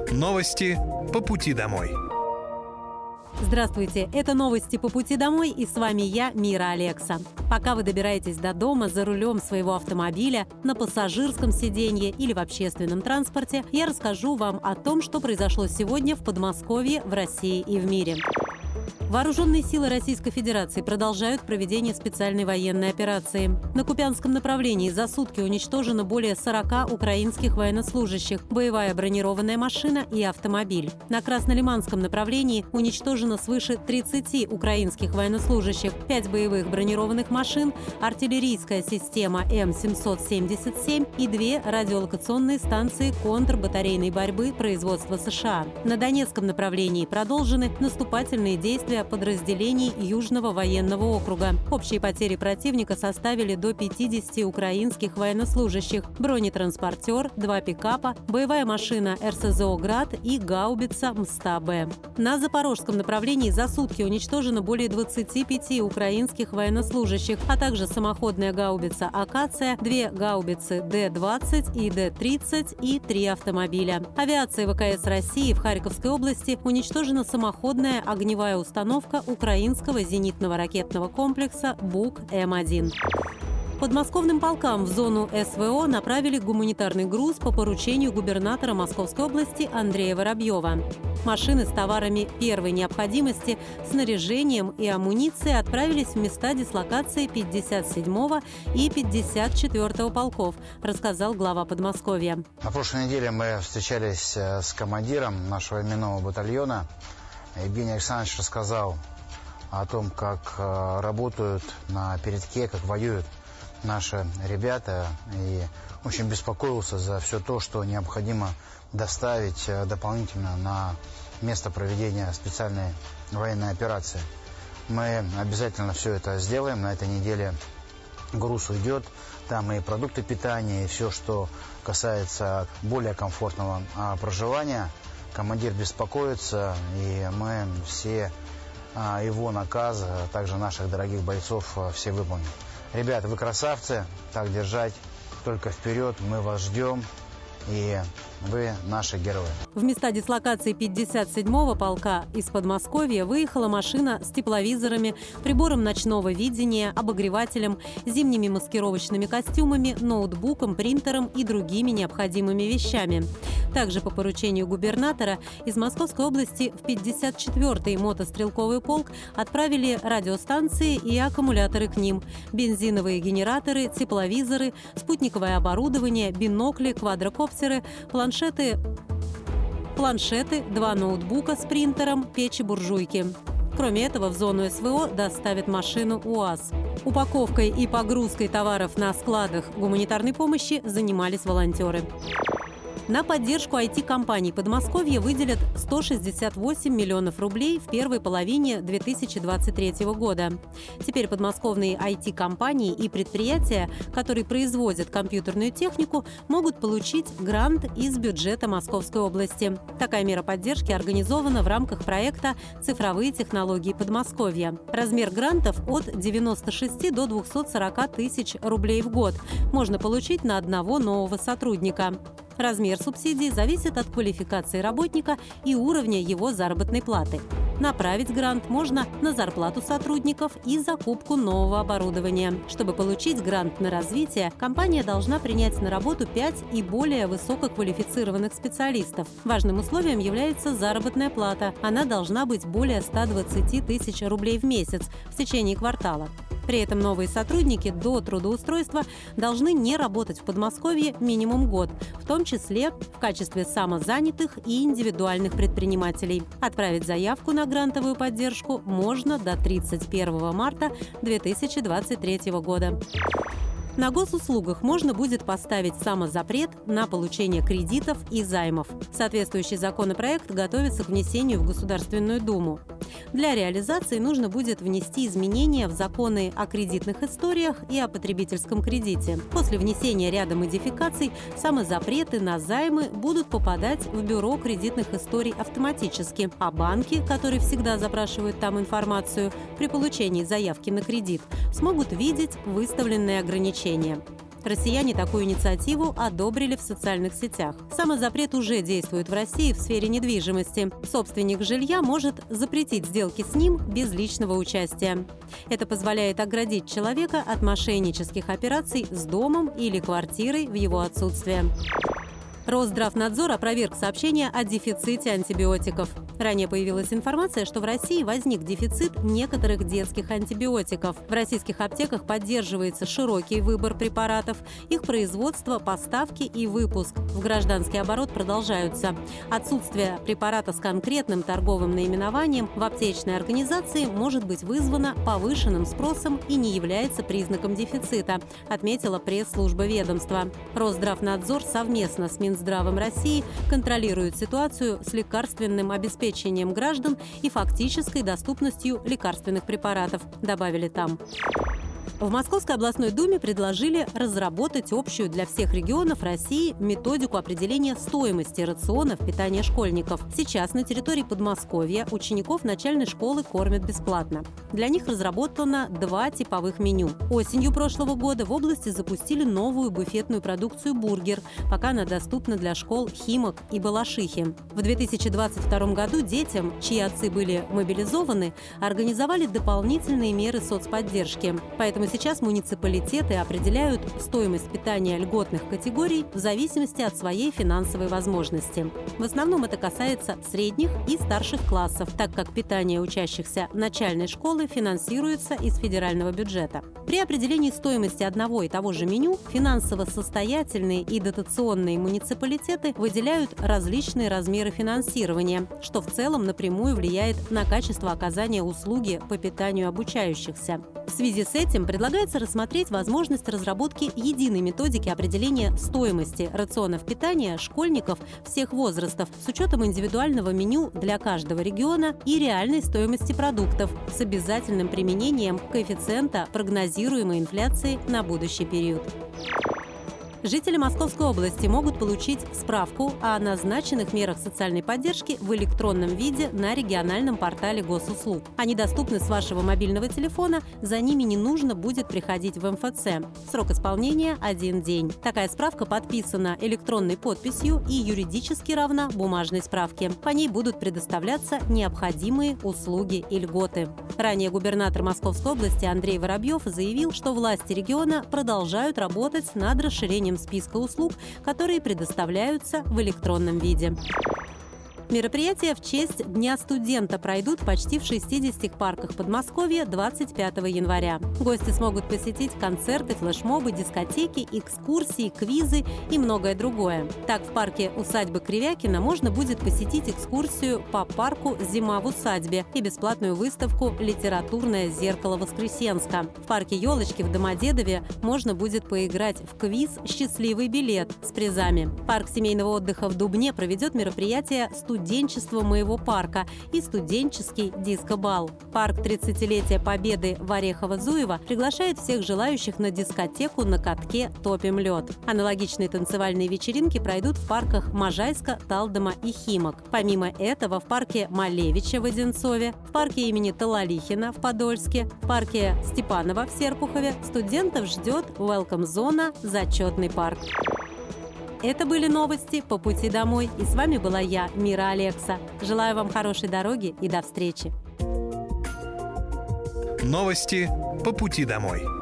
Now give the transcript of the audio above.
Новости по пути домой. Здравствуйте, это новости по пути домой, и с вами я, Мира Алекса. Пока вы добираетесь до дома за рулем своего автомобиля, на пассажирском сиденье или в общественном транспорте, я расскажу вам о том, что произошло сегодня в Подмосковье, в России и в мире. Вооруженные силы Российской Федерации продолжают проведение специальной военной операции. На Купянском направлении за сутки уничтожено более 40 украинских военнослужащих, боевая бронированная машина и автомобиль. На Краснолиманском направлении уничтожено свыше 30 украинских военнослужащих, 5 боевых бронированных машин, артиллерийская система М777 и 2 радиолокационные станции контрбатарейной борьбы производства США. На Донецком направлении продолжены наступательные действия подразделений Южного военного округа. Общие потери противника составили до 50 украинских военнослужащих, бронетранспортер, 2 пикапа, боевая машина РСЗО «Град» и гаубица МСТА-Б. На Запорожском направлении за сутки уничтожено более 25 украинских военнослужащих, а также самоходная гаубица «Акация», 2 гаубицы Д-20 и Д-30 и 3 автомобиля. Авиацией ВКС России в Харьковской области уничтожена самоходная огневая установка украинского зенитного ракетного комплекса БУК-М1. Подмосковным полкам в зону СВО направили гуманитарный груз по поручению губернатора Московской области Андрея Воробьева. Машины с товарами первой необходимости, снаряжением и амуницией отправились в места дислокации 57-го и 54-го полков, рассказал глава Подмосковья. На прошлой неделе мы встречались с командиром нашего именного батальона. Евгений Александрович рассказал о том, как работают на передке, как воюют наши ребята, и очень беспокоился за все то, что необходимо доставить дополнительно на место проведения специальной военной операции. Мы обязательно все это сделаем. На этой неделе груз уйдет. Там и продукты питания, и все, что касается более комфортного проживания. Командир беспокоится, и мы все его наказы, а также наших дорогих бойцов, все выполним. Ребята, вы красавцы, так держать, только вперед, мы вас ждем, и вы наши герои. В места дислокации 57-го полка из Подмосковья выехала машина с тепловизорами, прибором ночного видения, обогревателем, зимними маскировочными костюмами, ноутбуком, принтером и другими необходимыми вещами. Также по поручению губернатора из Московской области в 54-й мотострелковый полк отправили радиостанции и аккумуляторы к ним, бензиновые генераторы, тепловизоры, спутниковое оборудование, бинокли, квадрокоптеры, планшеты, 2 ноутбука с принтером, печи-буржуйки. Кроме этого, в зону СВО доставят машину УАЗ. Упаковкой и погрузкой товаров на складах гуманитарной помощи занимались волонтеры. На поддержку IT-компаний Подмосковья выделят 168 миллионов рублей в первой половине 2023 года. Теперь подмосковные IT-компании и предприятия, которые производят компьютерную технику, могут получить грант из бюджета Московской области. Такая мера поддержки организована в рамках проекта «Цифровые технологии Подмосковья». Размер грантов от 96 до 240 тысяч рублей в год можно получить на одного нового сотрудника. Размер субсидии зависит от квалификации работника и уровня его заработной платы. Направить грант можно на зарплату сотрудников и закупку нового оборудования. Чтобы получить грант на развитие, компания должна принять на работу 5 и более высококвалифицированных специалистов. Важным условием является заработная плата. Она должна быть более 120 тысяч рублей в месяц в течение квартала. При этом новые сотрудники до трудоустройства должны не работать в Подмосковье минимум год, в том числе в качестве самозанятых и индивидуальных предпринимателей. Отправить заявку на грантовую поддержку можно до 31 марта 2023 года. На госуслугах можно будет поставить самозапрет на получение кредитов и займов. Соответствующий законопроект готовится к внесению в Государственную Думу. Для реализации нужно будет внести изменения в законы о кредитных историях и о потребительском кредите. После внесения ряда модификаций самозапреты на займы будут попадать в Бюро кредитных историй автоматически, а банки, которые всегда запрашивают там информацию при получении заявки на кредит, смогут видеть выставленные ограничения. Россияне такую инициативу одобрили в социальных сетях. Самозапрет уже действует в России в сфере недвижимости. Собственник жилья может запретить сделки с ним без личного участия. Это позволяет оградить человека от мошеннических операций с домом или квартирой в его отсутствие. Росздравнадзор опроверг сообщение о дефиците антибиотиков. Ранее появилась информация, что в России возник дефицит некоторых детских антибиотиков. В российских аптеках поддерживается широкий выбор препаратов. Их производство, поставки и выпуск в гражданский оборот продолжаются. Отсутствие препарата с конкретным торговым наименованием в аптечной организации может быть вызвано повышенным спросом и не является признаком дефицита, отметила пресс-служба ведомства. Росздравнадзор совместно с Минздравом России контролирует ситуацию с лекарственным обеспечением граждан и фактической доступностью лекарственных препаратов, добавили там. В Московской областной думе предложили разработать общую для всех регионов России методику определения стоимости рационов питания школьников. Сейчас на территории Подмосковья учеников начальной школы кормят бесплатно. Для них разработано 2 типовых меню. Осенью прошлого года в области запустили новую буфетную продукцию «Бургер». Пока она доступна для школ Химок и Балашихи. В 2022 году детям, чьи отцы были мобилизованы, организовали дополнительные меры соцподдержки. Поэтому сейчас муниципалитеты определяют стоимость питания льготных категорий в зависимости от своей финансовой возможности. В основном это касается средних и старших классов, так как питание учащихся начальной школы финансируется из федерального бюджета. При определении стоимости одного и того же меню финансово состоятельные и дотационные муниципалитеты выделяют различные размеры финансирования, что в целом напрямую влияет на качество оказания услуги по питанию обучающихся. В связи с этим предлагается рассмотреть возможность разработки единой методики определения стоимости рационов питания школьников всех возрастов с учетом индивидуального меню для каждого региона и реальной стоимости продуктов с обязательным применением коэффициента прогнозируемой инфляции на будущий период. Жители Московской области могут получить справку о назначенных мерах социальной поддержки в электронном виде на региональном портале госуслуг. Они доступны с вашего мобильного телефона, за ними не нужно будет приходить в МФЦ. Срок исполнения – 1 день. Такая справка подписана электронной подписью и юридически равна бумажной справке. По ней будут предоставляться необходимые услуги и льготы. Ранее губернатор Московской области Андрей Воробьев заявил, что власти региона продолжают работать над расширением списка услуг, которые предоставляются в электронном виде. Мероприятия в честь Дня студента пройдут почти в 60 парках Подмосковья 25 января. Гости смогут посетить концерты, флешмобы, дискотеки, экскурсии, квизы и многое другое. Так, в парке усадьбы Кривякина можно будет посетить экскурсию по парку «Зима в усадьбе» и бесплатную выставку «Литературное зеркало Воскресенска». В парке «Елочки» в Домодедове можно будет поиграть в квиз «Счастливый билет» с призами. Парк семейного отдыха в Дубне проведет мероприятие «Студенчество моего парка» и студенческий диско-бал. Парк 30-летия Победы в Орехово-Зуево приглашает всех желающих на дискотеку на катке «Топим лед». Аналогичные танцевальные вечеринки пройдут в парках Можайска, Талдома и Химок. Помимо этого, в парке Малевича в Одинцове, в парке имени Талалихина в Подольске, в парке Степанова в Серпухове студентов ждет welcome-зона «Зачетный парк». Это были новости по пути домой. И с вами была я, Мира Алекса. Желаю вам хорошей дороги и до встречи. Новости по пути домой.